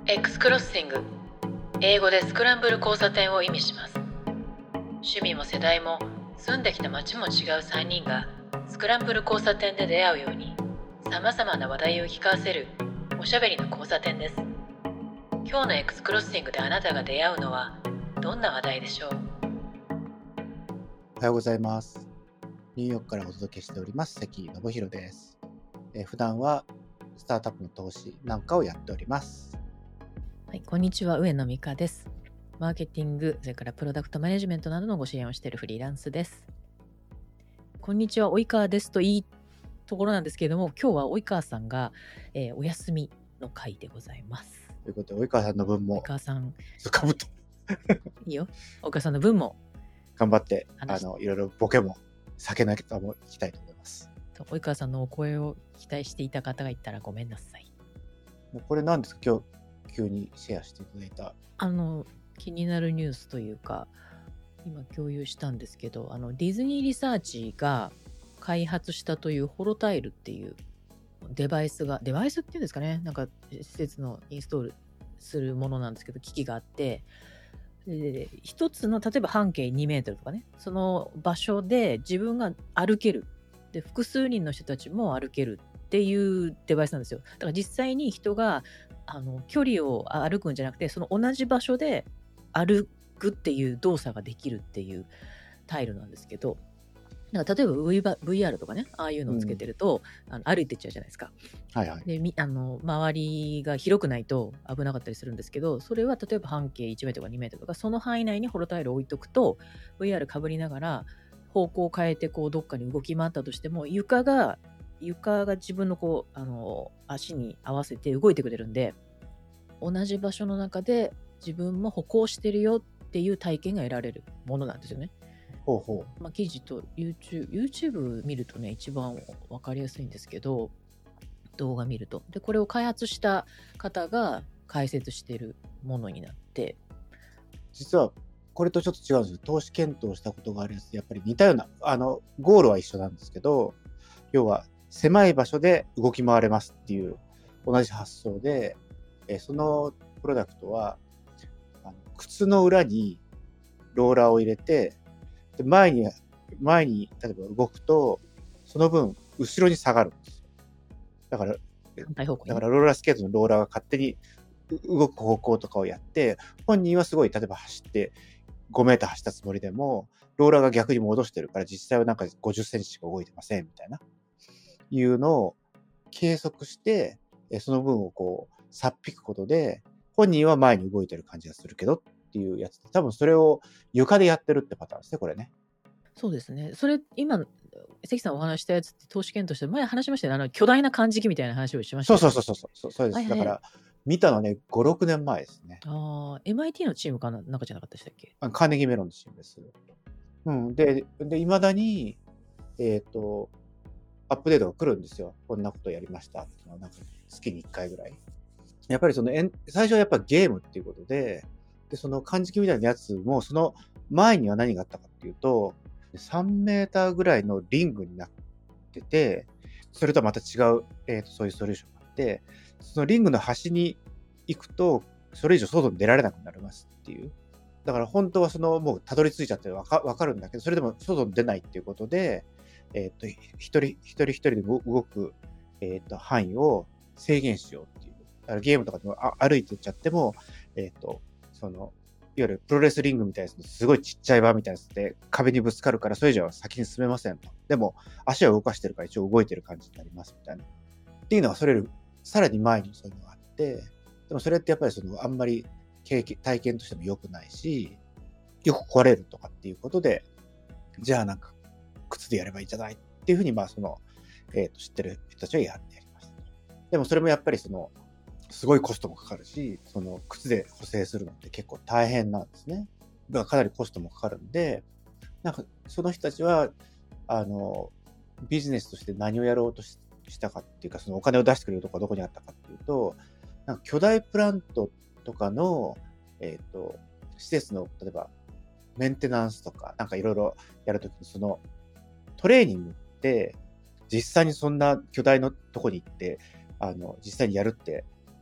Xクロッシング、英語でスクランブル交差点を意味します。趣味も世代も住んできた街も違う3人がスクランブル交差点で出会うように、さまざまな話題を聞かせるおしゃべりの交差点です。今日の Xクロッシングであなたが出会うのはどんな話題でしょう？ おはようございます。ニューヨークからお届けしております関信弘です。普段はスタートアップの投資なんかをやっております。 はい、こんにちは、上野美香です。マーケティング、それからプロダクトマネジメントなどのご支援をしているフリーランスです。こんにちは、及川ですといいところなんですけれども、今日は及川さんが、お休みの回でございます。 ということで、及川さんの分も及川さん、 かぶっていいよ。及川さんの分も頑張っていろいろボケも避けなきゃもいきたいと思います。 及川さんのお声を期待していた方がいたらごめんなさい。 これ何ですか？今日急にシェアしていただいた気になるニュースというか、今共有したんですけど、ディズニーリサーチが開発したというホロタイルっていうデバイスっていうんですかね、なんか施設のインストールするものなんですけど、機器があって、で一つの例えば半径2メートルとかね、その場所で自分が歩ける、で複数人の人たちも歩けるっていうデバイスなんですよ。だから実際に人が距離を歩くんじゃなくて、その同じ場所で歩くっていう動作ができるっていうタイルなんですけど、なんか例えば VR とかね、ああいうのをつけてると、歩いてっちゃうじゃないですか。 はいはい。 で周りが広くないと危なかったりするんですけど、それは例えば半径1メートルとか2メートルとか、その範囲内にホロタイルを置いとくと、VR かぶりながら方向を変えてどっかに動き回ったとしても、床が自分の足に合わせて動いてくれるんで、同じ場所の中で自分も歩行してるよっていう体験が得られるものなんですよね。 ほうほう。 記事と YouTube 見るとね、一番わかりやすいんですけど、動画見ると。で、これを開発した方が解説しているものになって。 実はこれとちょっと違うんですよ。投資検討したことがあるやつ、やっぱり似たような、ゴールは一緒なんですけど、要は狭い場所で動き回れますっていう同じ発想で、そのプロダクトは、靴の裏にローラーを入れて、で前に例えば動くと、その分後ろに下がるんですよ。だからローラースケートのローラーが勝手に動く方向とかをやって、本人はすごい例えば走って5メーター走ったつもりでも、ローラーが逆に戻してるから、実際はなんか50センチしか動いてませんみたいな、いうのを計測して、その分をさっ引くことで、本人は前に動いてる感じがするけどっていうやつで、多分それを床でやってるってパターンですね、これね。 そうですね。それ、今、関さんお話したやつって投資検討して、前話しましたよね。巨大な漢字機みたいな話をしましたよね。 そうです。だから、見たのね、5、6年前ですね。 MIT のチームかなんかじゃなかったでしたっけ？ カーネギーメロンのチームです。で、未だに、アップデートが来るんですよ。こんなことやりましたっていうのは、なんか月に1回ぐらい。やっぱり最初はやっぱゲームっていうことで、その漢字機みたいなやつも、その前には何があったかっていうと、3メーターぐらいのリングになってて、それとはまた違う、そういうソリューションがあって、そのリングの端に行くと、それ以上外に出られなくなりますっていう。だから本当はもうたどり着いちゃってわかるんだけど、それでも外に出ないっていうことで、一人一人で動く、範囲を制限しようっていう。だからゲームとかでも歩いてっちゃっても、いわゆるプロレスリングみたいなすごいちっちゃい場みたいなやつで壁にぶつかるからそれ以上は先に進めませんと。でも足は動かしてるから一応動いてる感じになりますみたいな。っていうのはさらに前にそういうのがあって、でもそれってやっぱりあんまり体験としても良くないし、よく壊れるとかっていうことで、じゃあなんか靴でやればいいじゃないっていうふうに知ってる人たちはやりました。でもそれもやっぱりすごいコストもかかるし、靴で補正するのって結構大変なんですね。だからかなりコストもかかるんで、なんかその人たちは、ビジネスとして何をやろうとしたかっていうか、そのお金を出してくれるところがどこにあったかっていうと、なんか巨大プラントとかの、施設の、例えばメンテナンスとか、なんかいろいろやるときに、トレーニングって、実際にそんな巨大のとこに行って、実際にやるって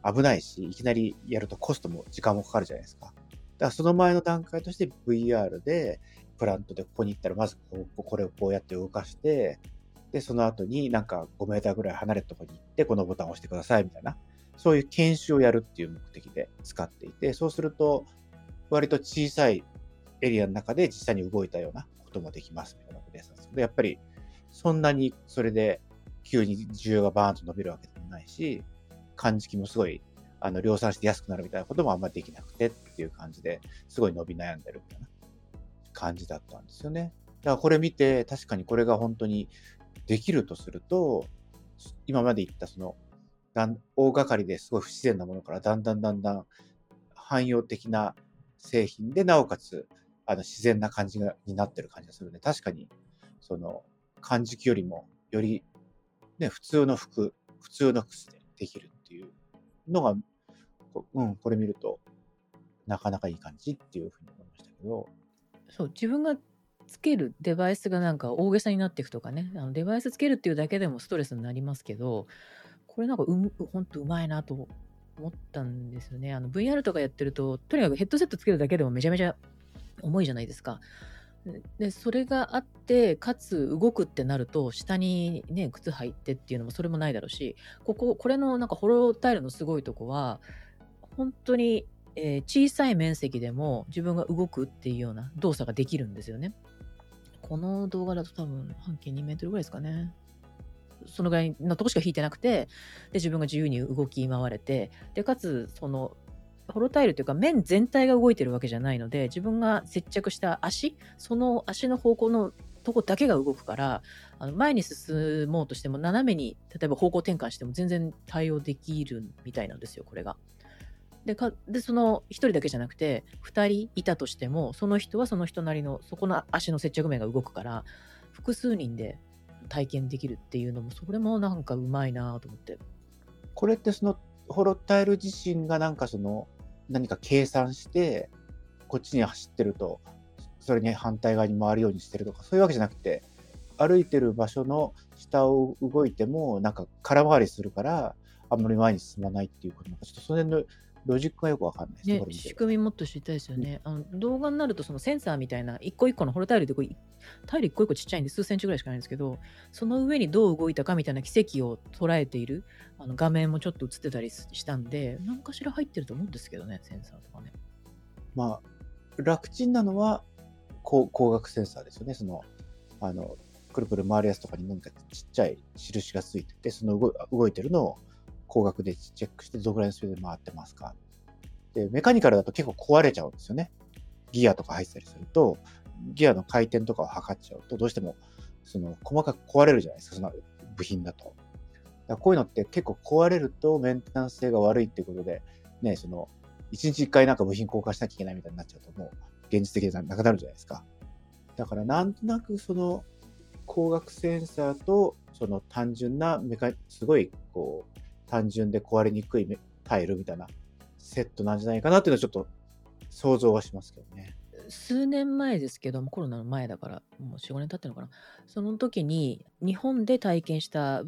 危ないし、いきなりやるとコストも時間もかかるじゃないですか。だからその前の段階として VR で、プラントでここに行ったら、まずこれをこうやって動かして、で、その後になんか5メーターぐらい離れたところに行って、このボタンを押してくださいみたいな、そういう研修をやるっていう目的で使っていて、そうすると、割と小さいエリアの中で実際に動いたようなこともできますみたいなことです。で、やっぱり、そんなにそれで急に需要がバーンと伸びるわけでもないし、感じ機もすごい、量産して安くなるみたいなこともあんまりできなくてっていう感じで、すごい伸び悩んでるみたいな感じだったんですよね。だからこれ見て、確かにこれが本当にできるとすると、今まで言ったその、大掛かりですごい不自然なものからだんだん汎用的な製品で、なおかつ、自然な感じになってる感じがするので、確かに、その、感じ機よりも、より、ね、普通の靴でできるっていうのが、これ見ると、なかなかいい感じっていうふうに思いましたけど。 そう、自分がつけるデバイスがなんか大げさになっていくとかね、デバイスつけるっていうだけでもストレスになりますけど、これなんか本当うまいなと思ったんですよね。VR とかやってると、とにかくヘッドセットつけるだけでもめちゃめちゃ重いじゃないですか。で、それがあって、かつ動くってなると、下にね、靴履いてっていうのもそれもないだろうし、これのなんかホロタイルのすごいとこは、本当に、小さい面積でも自分が動くっていうような動作ができるんですよね。この動画だと多分半径2メートルぐらいですかね。そのぐらいのとこしか引いてなくて、で、自分が自由に動き回れて、で、かつ、その、ホロタイルというか面全体が動いてるわけじゃないので、自分が接着した足、その足の方向のとこだけが動くから、前に進もうとしても斜めに、例えば方向転換しても全然対応できるみたいなんですよ、これが。で、その一人だけじゃなくて、二人いたとしても、その人はその人なりの、そこの足の接着面が動くから、複数人で体験できるっていうのも、それもなんかうまいなと思って。 これってその、ホロタイル自身がなんかその、何か計算して、こっちに走ってると、それに反対側に回るようにしてるとか、そういうわけじゃなくて、歩いてる場所の下を動いても、なんか空回りするから、あんまり前に進まないっていうことなんか、ちょっとその辺のロジックがよくわかんないですね、 ね、 これ見てると。 仕組みもっと知りたいですよね。動画になるとそのセンサーみたいな一個一個のホロタイルでタイル一個一個ちっちゃいんで数センチぐらいしかないんですけど、その上にどう動いたかみたいな奇跡を捉えている画面もちょっと映ってたりしたんで、何かしら入ってると思うんですけどね、センサーとかね。 まあ、楽ちんなのは、光学センサーですよね。その、くるくる回るやつとかに何かちっちゃい印がついてて、その動いてるのを光学でチェックして、どのぐらいのスピードで回ってますか。で、メカニカルだと結構壊れちゃうんですよね。ギアとか入ってたりすると、ギアの回転とかを測っちゃうと、どうしても、その、細かく壊れるじゃないですか、その部品だと。だからこういうのって結構壊れるとメンテナンス性が悪いっていうことで、ね、その、一日一回なんか部品交換しなきゃいけないみたいになっちゃうと、もう、現実的でなくなるじゃないですか。だからなんとなくその、光学センサーと、その単純なすごい、こう、単純で壊れにくいタイルみたいなセットなんじゃないかなっていうのはちょっと想像はしますけどね。 数年前ですけども、コロナの前だから、もう4、5年経ってるのかな。その時に、日本で体験した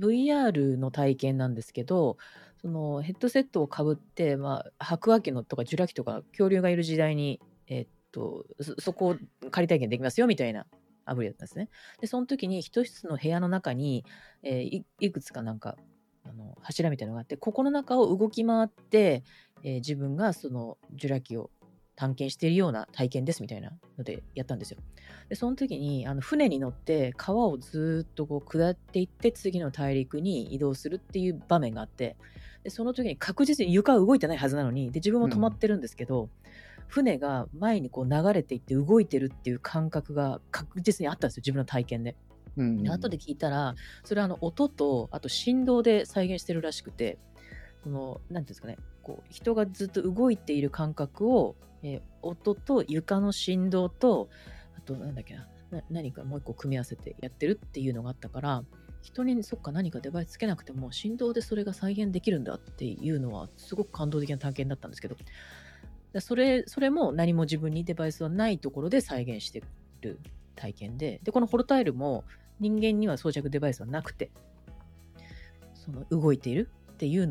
VR の体験なんですけど、そのヘッドセットをかぶって、白亜紀のとかジュラ紀とか恐竜がいる時代に、そこを仮体験できますよみたいなアプリだったんですね。で、その時に一つの部屋の中に、いくつかなんか、柱みたいなのがあって、ここの中を動き回って、自分がそのジュラ紀を探検しているような体験ですみたいなのでやったんですよ。で、その時に船に乗って川をずっとこう下っていって次の大陸に移動するっていう場面があって、でその時に確実に床は動いてないはずなのに、で自分も止まってるんですけど、船が前にこう流れていって動いてるっていう感覚が確実にあったんですよ、自分の体験で。で後で聞いたら、それは音とあと振動で再現してるらしくて、なんていうんですかね、こう人がずっと動いている感覚を、音と床の振動と、あとなんだっけな、何かもう一個組み合わせてやってるっていうのがあったから、人にそっか何かデバイスつけなくても振動でそれが再現できるんだっていうのはすごく感動的な体験だったんですけど、それも何も自分にデバイスはないところで再現してる体験で、このホロタイルも人間には装着デバイスはなくて、その動いているっていうのを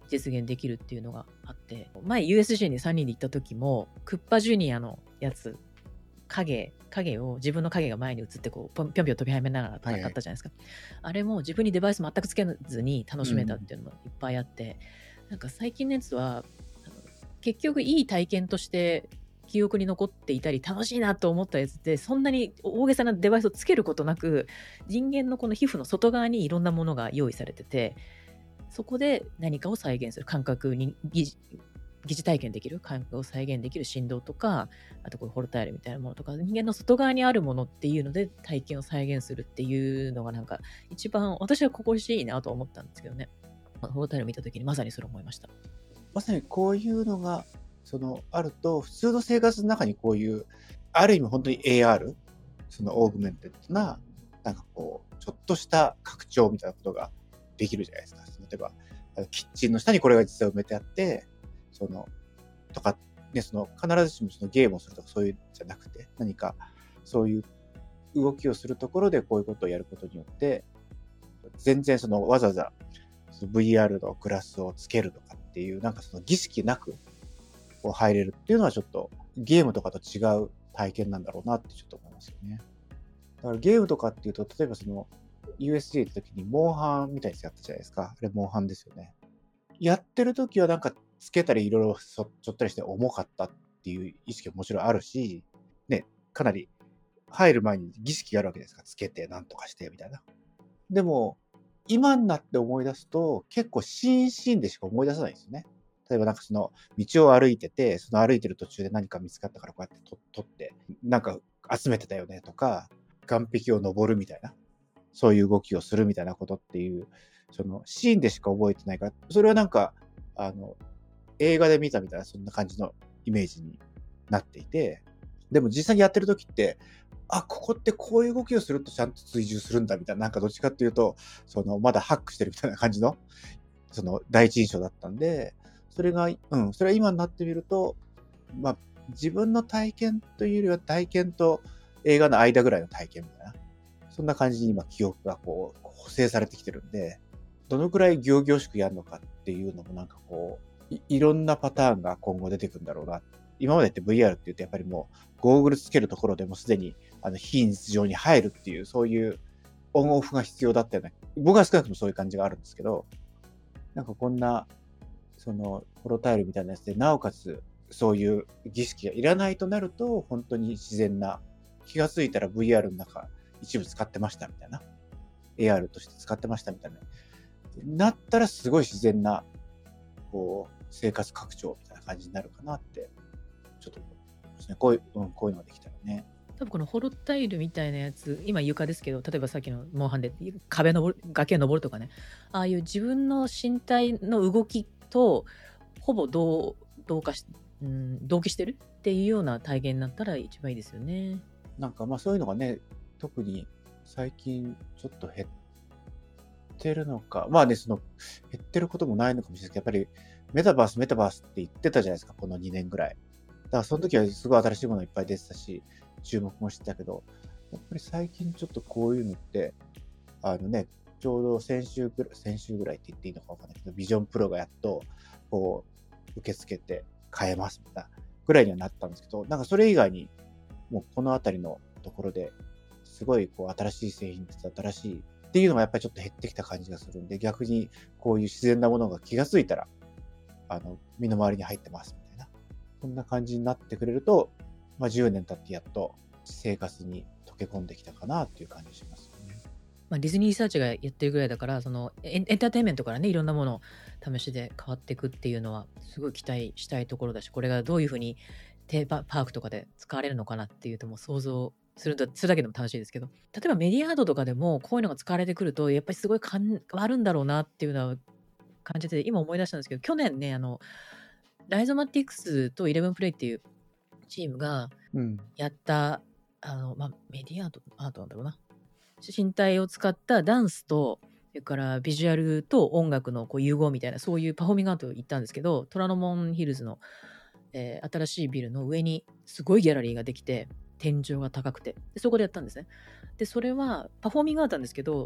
実現できるっていうのがあって、前 USJ に3人で行った時もクッパジュニアのやつ、影を自分の影が前に映ってこうぴょんぴょん飛びはめながらあったじゃないですか。あれも自分にデバイス全くつけずに楽しめたっていうのもいっぱいあって、なんか最近のやつは結局いい体験として記憶に残っていたり楽しいなと思ったやつってそんなに大げさなデバイスをつけることなく、人間のこの皮膚の外側にいろんなものが用意されてて、そこで何かを再現する感覚に疑似体験できる感覚を再現できる振動とか、あとこうホルタイルみたいなものとか、人間の外側にあるものっていうので体験を再現するっていうのがなんか一番私は心地いいなと思ったんですけどね。ホルタイル見た時にまさにそれ思いました。 まさにこういうのがあると、普通の生活の中にこういうある意味本当に AR、オーグメンテッドななんかこうちょっとした拡張みたいなことができるじゃないですか。例えばキッチンの下にこれが実は埋めてあって、とかね、必ずしもゲームをするとかそういうんじゃなくて、何かそういう動きをするところでこういうことをやることによって、全然わざわざVR のグラスをつけるとかっていう、なんか儀式なくこう入れるっていうのはちょっとゲームとかと違う体験なんだろうなってちょっと思いますよね。だからゲームとかっていうと、例えばUSJ 行った時にモンハンみたいなやつやったじゃないですか。あれモンハンですよね。やってる時はなんかつけたりいろいろちょったりして重かったっていう意識はもちろんあるし、ね、かなり入る前に儀式があるわけですから、つけてなんとかしてみたいな。でも、今になって思い出すと、結構シーンでしか思い出さないんですよね。例えばなんか道を歩いてて、歩いてる途中で何か見つかったからこうやって取って、なんか集めてたよねとか、岸壁を登るみたいな、そういう動きをするみたいなことっていう、シーンでしか覚えてないから、それはなんか、映画で見たみたいな、そんな感じのイメージになっていて、でも実際にやってる時って、ここってこういう動きをするとちゃんと追従するんだみたいな、なんかどっちかっていうと、まだハックしてるみたいな感じの、第一印象だったんで、それは今になってみると、まあ、自分の体験というよりは体験と映画の間ぐらいの体験みたいな、そんな感じに今記憶がこう、補正されてきてるんで、どのくらい仰々しくやるのかっていうのもなんかこう、いろんなパターンが今後出てくるんだろうな。今までって VR って言うとやっぱりもうゴーグルつけるところでもすでに非日常に入るっていう、そういうオンオフが必要だったよね。僕は少なくともそういう感じがあるんですけど、なんかこんな、ホロタイルみたいなやつで、なおかつそういう儀式がいらないとなると、本当に自然な、気がついたら VR の中一部使ってましたみたいな。AR として使ってましたみたいな。なったらすごい自然な、こう、生活拡張みたいな感じになるかなって、ちょっと思いますね。こういうのができたらね。 多分このホロタイルみたいなやつ、今床ですけど、例えばさっきのモンハンで崖登るとかね、ああいう自分の身体の動きとほぼ同期してるっていうような体験になったら一番いいですよね。 なんかそういうのがね、特に最近ちょっと減ってるのか、減ってることもないのかもしれないですけど、やっぱりメタバースって言ってたじゃないですか、この2年ぐらい。だからその時はすごい新しいものいっぱい出てたし、注目もしてたけど、やっぱり最近ちょっとこういうのって、ちょうど先週ぐらいって言っていいのかわかんないけど、ビジョンプロがやっと、こう、受け付けて買えますみたいなぐらいにはなったんですけど、なんかそれ以外に、もうこのあたりのところで、すごいこう新しい製品新しいっていうのがやっぱりちょっと減ってきた感じがするんで、逆にこういう自然なものが気がついたら、身の回りに入ってますみたいな。こんな感じになってくれると、10年経ってやっと生活に溶け込んできたかなっていう感じしますよね。 ディズニーリサーチがやってるぐらいだから、エンターテインメントからね、いろんなものを試しで変わっていくっていうのは、すごい期待したいところだし、これがどういうふうにテーマパークとかで使われるのかなっていうと、もう想像するだけでも楽しいですけど、例えばメディアードとかでもこういうのが使われてくると、やっぱりすごい変わるんだろうなっていうのは感じて、今思い出したんですけど、去年ね、ライゾマティクスとイレブンプレイっていうチームがやった、メディアアートなんだろうな。身体を使ったダンスと、それからビジュアルと音楽のこう融合みたいな、そういうパフォーミングアートを行ったんですけど、虎ノ門ヒルズの、新しいビルの上にすごいギャラリーができて、天井が高くて、でそこでやったんですね。で、それはパフォーミングアートなんですけど、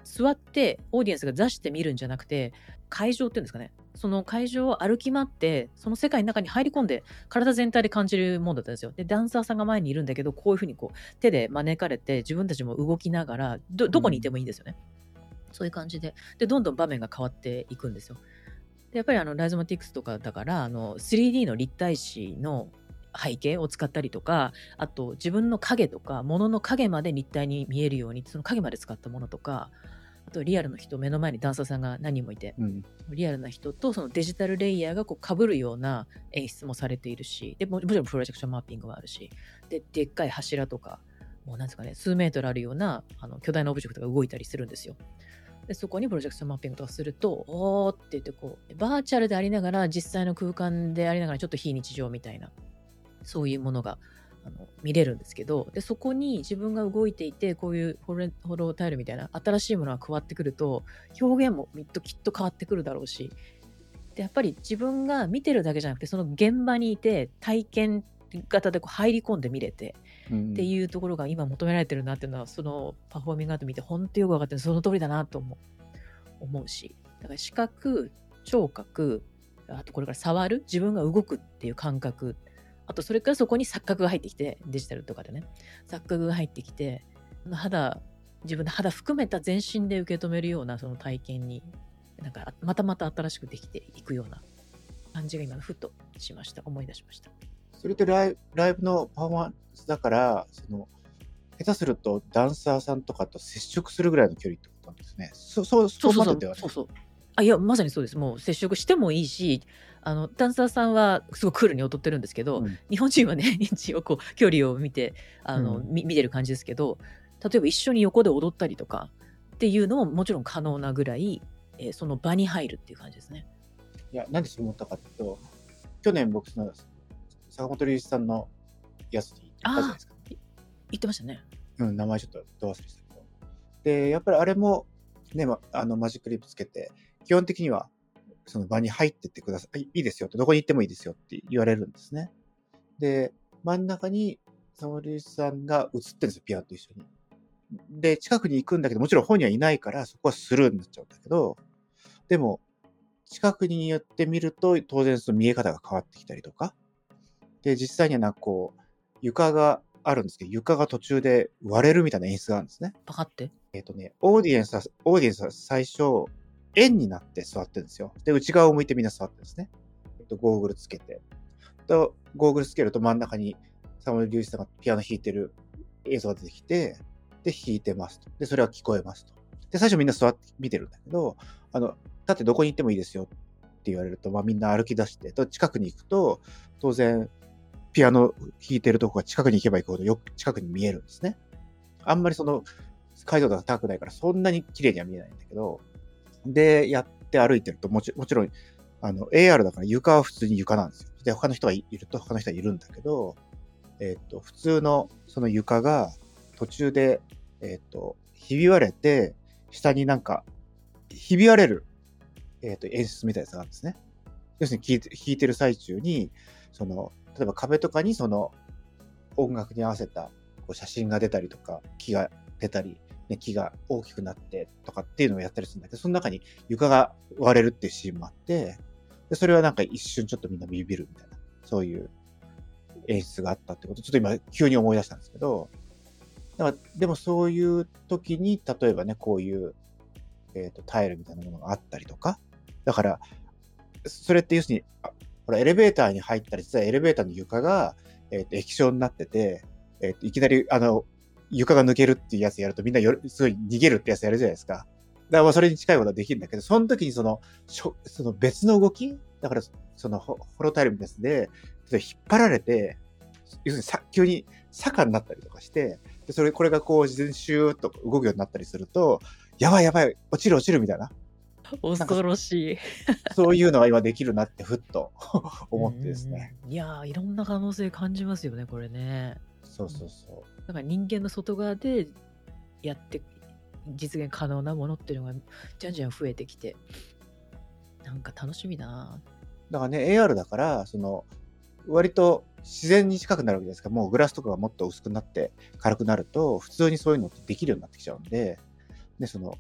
座ってオーディエンスが座して見るんじゃなくて、会場っていうんですかね。その会場を歩き回って、その世界の中に入り込んで、体全体で感じるもんだったんですよ。で、ダンサーさんが前にいるんだけど、こういうふうにこう、手で招かれて、自分たちも動きながら、どこにいてもいいんですよね。そういう感じで。で、どんどん場面が変わっていくんですよ。で、やっぱりライゾマティクスとかだから、3D の立体視の背景を使ったりとか、あと自分の影とか、物の影まで立体に見えるように、その影まで使ったものとか、あとリアルの人、目の前にダンサーさんが何人もいて、リアルな人とそのデジタルレイヤーがこう被るような演出もされているし、でもちろんプロジェクションマッピングはあるし、でっかい柱とか、もうなんですかね、数メートルあるような巨大なオブジェクトが動いたりするんですよ。でそこにプロジェクションマッピングとかすると、おーって言ってこう、バーチャルでありながら実際の空間でありながらちょっと非日常みたいな、そういうものが見れるんですけど、でそこに自分が動いていて、こういうホロタイルみたいな新しいものが加わってくると、表現もきっと変わってくるだろうし、でやっぱり自分が見てるだけじゃなくて、その現場にいて体験型でこう入り込んで見れて、っていうところが今求められてるなっていうのは、そのパフォーミングアート見て本当よく分かってる、その通りだなと思うし、だから視覚、聴覚、あとこれから触る、自分が動くっていう感覚、あとそれからそこに錯覚が入ってきて、デジタルとかでね、錯覚が入ってきて、自分の肌含めた全身で受け止めるようなその体験に、なんかまた新しくできていくような感じが今ふっとしました。思い出しました。 それってライブのパフォーマンスだから、下手するとダンサーさんとかと接触するぐらいの距離ってことなんですね。そうまでではない。 そう。いや、まさにそうです。もう接触してもいいし、ダンサーさんはすごくクールに踊ってるんですけど、日本人はね、一応こう、距離を見て、見てる感じですけど、例えば一緒に横で踊ったりとかっていうのももちろん可能なぐらい、その場に入るっていう感じですね。 いや、なんでそう思ったかっていうと、去年僕、坂本龍一さんのやつに行ったじゃないですか。 言ってましたね。 名前ちょっとど忘れしたけど。で、やっぱりあれも、ね、マジックリップつけて、基本的には、その場に入ってってください。いいですよって、どこに行ってもいいですよって言われるんですね。で、真ん中に、坂本龍一さんが映ってるんですよ、ピアノと一緒に。で、近くに行くんだけど、もちろん本人はいないから、そこはスルーになっちゃうんだけど、でも、近くに寄ってみると、当然その見え方が変わってきたりとか。で、実際にはこう、床があるんですけど、床が途中で割れるみたいな演出があるんですね。 パカって？ オーディエンスは最初、円になって座ってるんですよ。で、内側を向いてみんな座ってるんですね。ゴーグルつけて。ゴーグルつけると真ん中に坂本龍一さんがピアノ弾いてる映像が出てきて、で、弾いてますと。で、それは聞こえますと。で、最初みんな座って見てるんだけど、立ってどこに行ってもいいですよって言われると、みんな歩き出して、近くに行くと、当然、ピアノ弾いてるとこが近くに行けば行くほどよく近くに見えるんですね。あんまり解像度が高くないからそんなに綺麗には見えないんだけど、で、やって歩いてるともちろん、AR だから床は普通に床なんですよ。で、他の人がいると他の人はいるんだけど、普通のその床が途中で、ひび割れて、下にひび割れる、演出みたいなやつがあるんですね。要するに弾いてる最中に、例えば壁とかに音楽に合わせた写真が出たりとか、木が出たり、ね、木が大きくなってとかっていうのをやったりするんだけど、その中に床が割れるっていうシーンもあって、でそれは一瞬ちょっとみんなビビるみたいな、そういう演出があったってことをちょっと今急に思い出したんですけど、だからでもそういう時に、例えばね、こういう、タイルみたいなものがあったりとか、だから、それって要するに、ほらエレベーターに入ったら、実はエレベーターの床が、液晶になってて、いきなり床が抜けるっていうやつやるとみんなすごい逃げるってやつやるじゃないですか。だからそれに近いことはできるんだけど、その時にその別の動きだからホロタイルみたいなやつで、例えば引っ張られて、要するに急に坂になったりとかして、でこれがこう自然にシューッと動くようになったりすると、やばい、落ちるみたいな。 恐ろしい。 そういうのが今できるなってふっと思ってですね。 いやいろんな可能性感じますよね、これね。 そう。 だから人間の外側でやって実現可能なものっていうのがじゃんじゃん増えてきて、なんか楽しみだな。 だからね、AR だから、割と自然に近くなるわけですから、もうグラスとかがもっと薄くなって軽くなると、普通にそういうのってできるようになってきちゃうんで、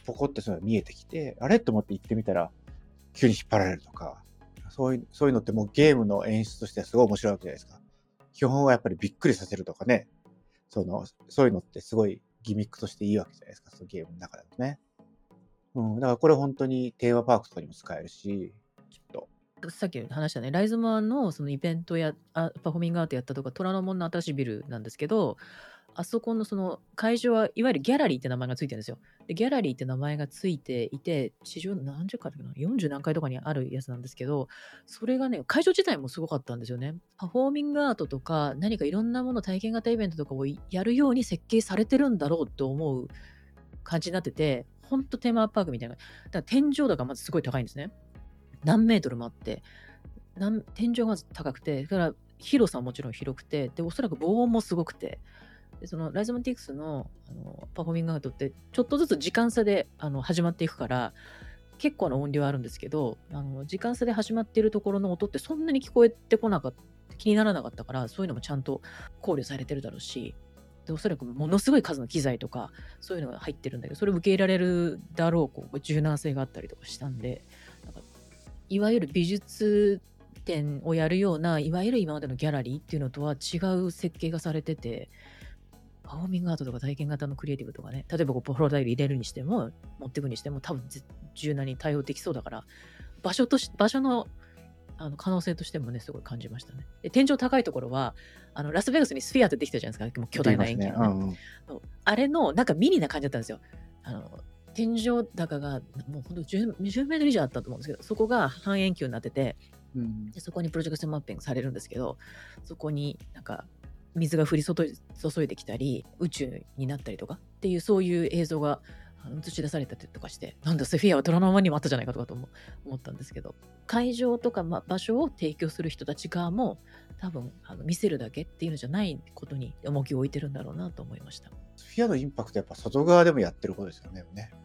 ポコってそういうのが見えてきて、あれと思って行ってみたら、急に引っ張られるとか、そういうのってもうゲームの演出としてはすごい面白いわけじゃないですか。基本はやっぱりびっくりさせるとかね、そういうのってすごいギミックとしていいわけじゃないですか、そのゲームの中だとね。だからこれ本当にテーマパークとかにも使えるし、きっと。 さっき話したね、ライズマンのそのイベントやパフォーミングアートやったとか、虎ノ門の新しいビルなんですけど、あそこのその会場はいわゆるギャラリーって名前がついてるんですよ。で、ギャラリーって名前がついていて、地上何十階だっけな、40何階とかにあるやつなんですけど、それがね、会場自体もすごかったんですよね。パフォーミングアートとか、何かいろんなもの、体験型イベントとかをやるように設計されてるんだろうと思う感じになってて、ほんとテーマパークみたいな。だから天井高がまずすごい高いんですね。何メートルもあって、天井がまず高くて、だから広さはもちろん広くて、で、おそらく防音もすごくて、でそのライズマンティクスのパフォーミングアートってちょっとずつ時間差で始まっていくから結構な音量あるんですけど、時間差で始まっているところの音ってそんなに聞こえてこなかった、気にならなかったから、そういうのもちゃんと考慮されてるだろうし、でおそらくものすごい数の機材とかそういうのが入ってるんだけど、それを受け入れられるだろうこう柔軟性があったりとかしたんで、なんかいわゆる美術展をやるようないわゆる今までのギャラリーっていうのとは違う設計がされてて、パフォーミングアートとか体験型のクリエイティブとかね、例えばこうプロタイル入れるにしても持っていくにしても多分柔軟に対応できそうだから、場所の可能性としてもねすごい感じましたね。で天井高いところはラスベガスにスフィアってできたじゃないですか、もう巨大な円形のね。あれのなんかミニな感じだったんですよ。天井高がもうほんと 10メートル以上あったと思うんですけど、そこが半円球になってて、でそこにプロジェクションマッピングされるんですけど、そこになんか水が降り注いできたり宇宙になったりとかっていうそういう映像が映し出されたりとかして、なんだスフィアは虎ノ門にもあったじゃないかとかと思ったんですけど、会場とか、場所を提供する人たち側も多分見せるだけっていうのじゃないことに重きを置いてるんだろうなと思いました。 スフィアのインパクトやっぱ外側でもやってることですよね。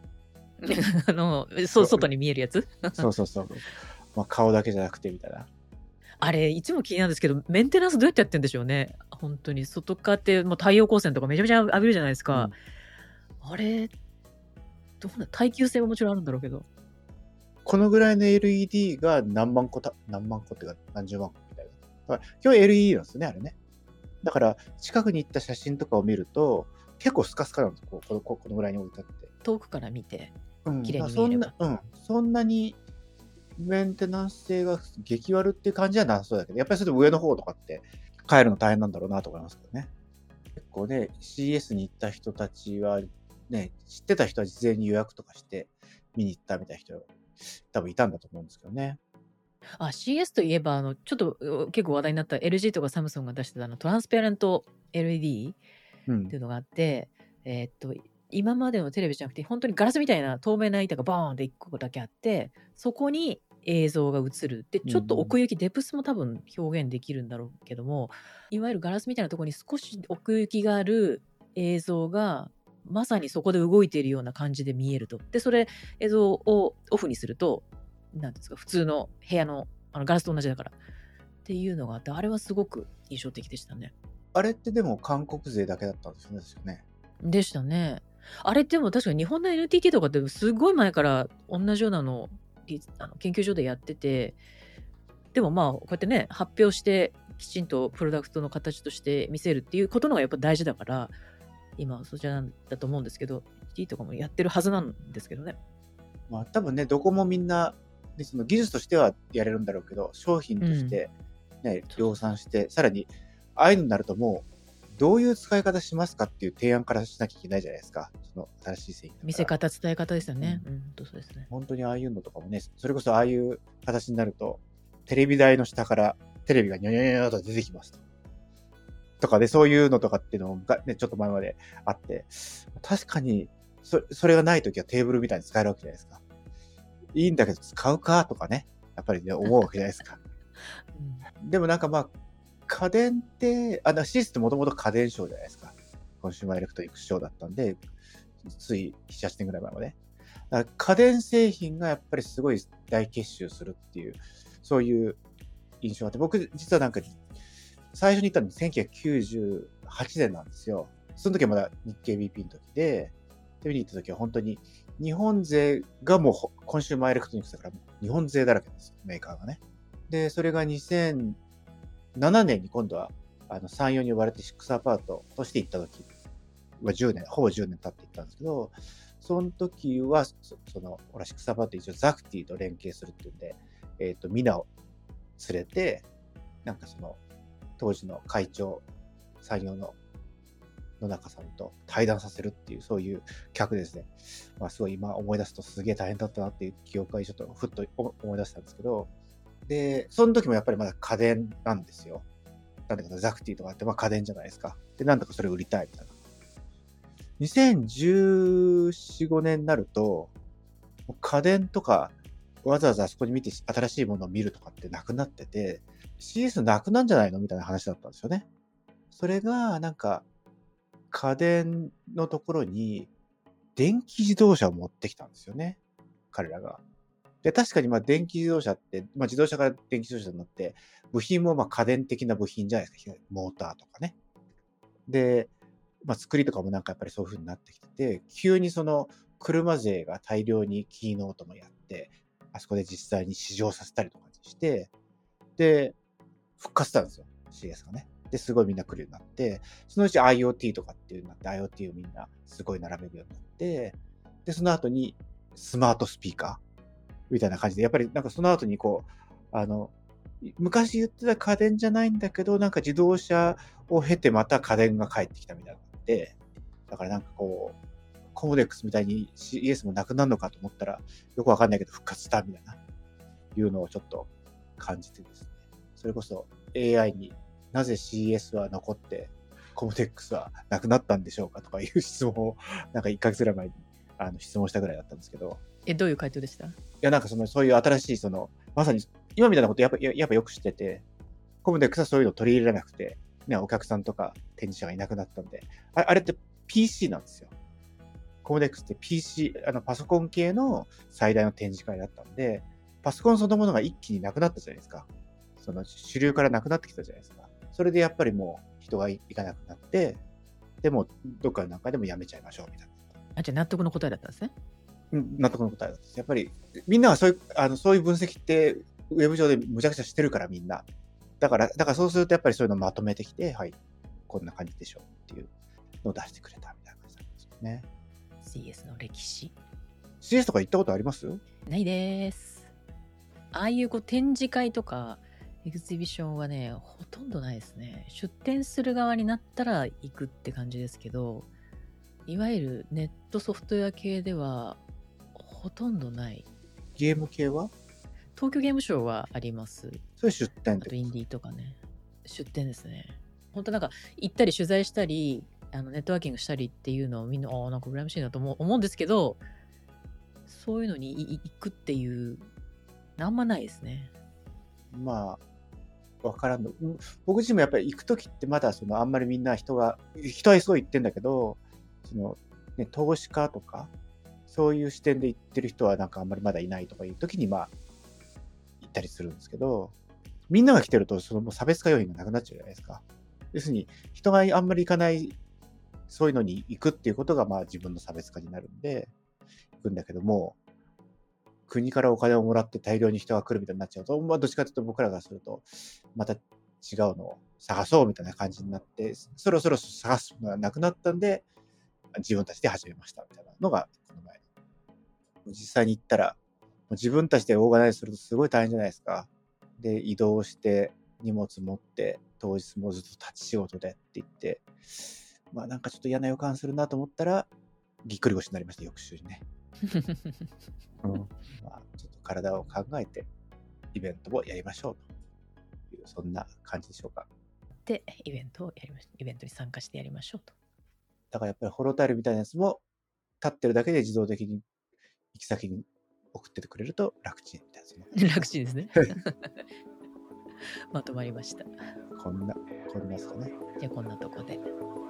外に見えるやつそう、顔だけじゃなくてみたいな。 あれいつも気になるんですけど、メンテナンスどうやってやってるんでしょうね。本当に外側ってもう太陽光線とかめちゃめちゃ浴びるじゃないですか、あれ耐久性ももちろんあるんだろうけど、 このぐらいの LED が何万個っていうか何十万個みたいな。だから今日 LED なんですね、あれね。だから近くに行った写真とかを見ると結構スカスカなんですよ。このぐらいに置いてあって。 遠くから見て綺麗に見えれば、 そんなにメンテナンス性が激悪っていう感じはなさそうだけど、やっぱりそれで上の方とかって帰るの大変なんだろうなと思いますけどね。結構ね、CS に行った人たちはね、知ってた人は事前に予約とかして見に行ったみたいな人多分いたんだと思うんですけどね。 CS といえばちょっと結構話題になった LG とかサムソンが出してたトランスペアレント LED っていうのがあって、今までのテレビじゃなくて本当にガラスみたいな透明な板がボーンって1個だけあって、そこに映像が映る。でちょっと奥行き、デプスも多分表現できるんだろうけども、いわゆるガラスみたいなところに少し奥行きがある映像がまさにそこで動いているような感じで見えると。でそれ映像をオフにするとなんですか、普通の部屋のガラスと同じだからっていうのがあって、あれはすごく印象的でしたね。 あれってでも韓国勢だけだったんですよね。 でしたね。あれってでも確かに日本の NTT とかってすごい前から同じようなのを研究所でやってて、でもこうやってね発表してきちんとプロダクトの形として見せるっていうことのがやっぱ大事だから、今そちらなんだと思うんですけど、 NTT とかもやってるはずなんですけどね。 多分ね、どこもみんなでその技術としてはやれるんだろうけど、商品としてね、量産して、さらにああいうのになるともうどういう使い方しますかっていう提案からしなきゃいけないじゃないですか。その新しい製品。 見せ方、伝え方ですよね。そうですね。 本当にああいうのとかもね、それこそああいう形になると、テレビ台の下からテレビがニョニョニョと出てきますとかで、そういうのとかっていうのがね、ちょっと前まであって、確かにそれがないときはテーブルみたいに使えるわけじゃないですか。いいんだけど使うかとかね、やっぱりね、思うわけじゃないですか。でもなんか家電って、シースってもともと家電ショーじゃないですか。コンシューマーエレクトリックショーだったんで、つい7、8年ぐらい前まで。だから家電製品がやっぱりすごい大結集するっていう、そういう印象があって、僕実はなんか最初に行ったの1998年なんですよ。その時はまだ日経 BP の時で、見に行った時は本当に日本勢がもうコンシューマーエレクトロニクスだから日本勢だらけなんですよ、メーカーがね。で、それが2007年に今度は産業に呼ばれて6アパートとして行った時は10年、ほぼ10年経って行ったんですけど、その時は、オラ6アパート一応ザクティと連携するっていうんで、ミナを連れて、なんか当時の会長、産業の野中さんと対談させるっていう、そういう企画ですね。まあ、すごい今思い出すとすげえ大変だったなっていう記憶がちょっとふっと思い出したんですけど、で、その時もやっぱりまだ家電なんですよ。なんだけど、ザクティとかってまあ家電じゃないですか。で、なんとかそれを売りたいみたいな。2014、5年になると、家電とか、わざわざあそこに見て新しいものを見るとかってなくなってて、CS なくなんじゃないのみたいな話だったんですよね。それが、なんか、家電のところに、電気自動車を持ってきたんですよね。彼らが。で、確かにまあ電気自動車って、まあ自動車から電気自動車になって、部品もまあ家電的な部品じゃないですか。モーターとかね。で、まあ作りとかもなんかやっぱりそういう風になってきてて、急に車勢が大量にキーノートもやって、あそこで実際に試乗させたりとかして、で、復活したんですよ。CS がね。で、すごいみんな来るようになって、そのうち IoT とかっていうのになって、IoT をみんなすごい並べるようになって、で、その後にスマートスピーカーみたいな感じで、やっぱりなんかその後に昔言ってた家電じゃないんだけど、なんか自動車を経てまた家電が帰ってきたみたいなので、だからなんかコモデックスみたいに CS もなくなるのかと思ったら、よくわかんないけど復活したみたいな、いうのをちょっと感じてですね。それこそ AI になぜ CS は残って、コモデックスはなくなったんでしょうかとかいう質問を、なんか1ヶ月ぐらい前に質問したぐらいだったんですけど。 どういう回答でした？ いや、なんかそういう新しいまさに今みたいなことやっぱよく知ってて、コムデックスはそういうのを取り入れられなくて、ね、お客さんとか展示者がいなくなったんで、あれって PC なんですよ。コムデックスって PC、パソコン系の最大の展示会だったんで、パソコンそのものが一気になくなったじゃないですか。主流からなくなってきたじゃないですか。それでやっぱりもう人が行かなくなって、でもどっかなんかでもやめちゃいましょうみたいな。 じゃあ納得の答えだったんですね。 納得の答えだったんです。やっぱりみんなはそういう分析ってウェブ上でむちゃくちゃしてるからみんな。だからそうするとやっぱりそういうのをまとめてきて、はい、こんな感じでしょうっていうのを出してくれたみたいな感じなんですよね。 CS の歴史。 CS とか行ったことあります？ ないです。ああいう展示会とかエクシビションはね、ほとんどないですね。出展する側になったら行くって感じですけど、いわゆるネットソフトウェア系ではほとんどない。 ゲーム系は？ 東京ゲームショウはあります。 それ出展って。 あとインディーとかね。出展ですね。本当なんか行ったり取材したり、ネットワーキングしたりっていうのをみんな、なんか羨ましいなと思うんですけど、そういうのに行くっていう、あんまないですね。 まあ、わからんの。僕自身もやっぱり行くときってまだあんまりみんな人はすごい行ってんだけど、ね、投資家とか、そういう視点で行ってる人はなんかあんまりまだいないとかいうときにまあ、行ったりするんですけど、みんなが来てるともう差別化要因がなくなっちゃうじゃないですか。要するに人があんまり行かないそういうのに行くっていうことがまあ自分の差別化になるんで行くんだけども、国からお金をもらって大量に人が来るみたいになっちゃうと、まあどっちかというと僕らがするとまた違うのを探そうみたいな感じになって、そろそろ探すのがなくなったんで自分たちで始めましたみたいなのがこの前。実際に行ったら自分たちでオーガナイズするとすごい大変じゃないですか。で、移動して荷物持って当日もずっと立ち仕事でって言って、まあなんかちょっと嫌な予感するなと思ったらぎっくり腰になりました、翌週にね。まあちょっと体を考えてイベントをやりましょうという、そんな感じでしょうか。 で、イベントに参加してやりましょうと。 だからやっぱりホロタイルみたいなやつも立ってるだけで自動的に行き先に送っててくれると楽ちんみたいな。 楽ちんですね。まとまりました。 こんなですかね。 じゃあこんなとこで。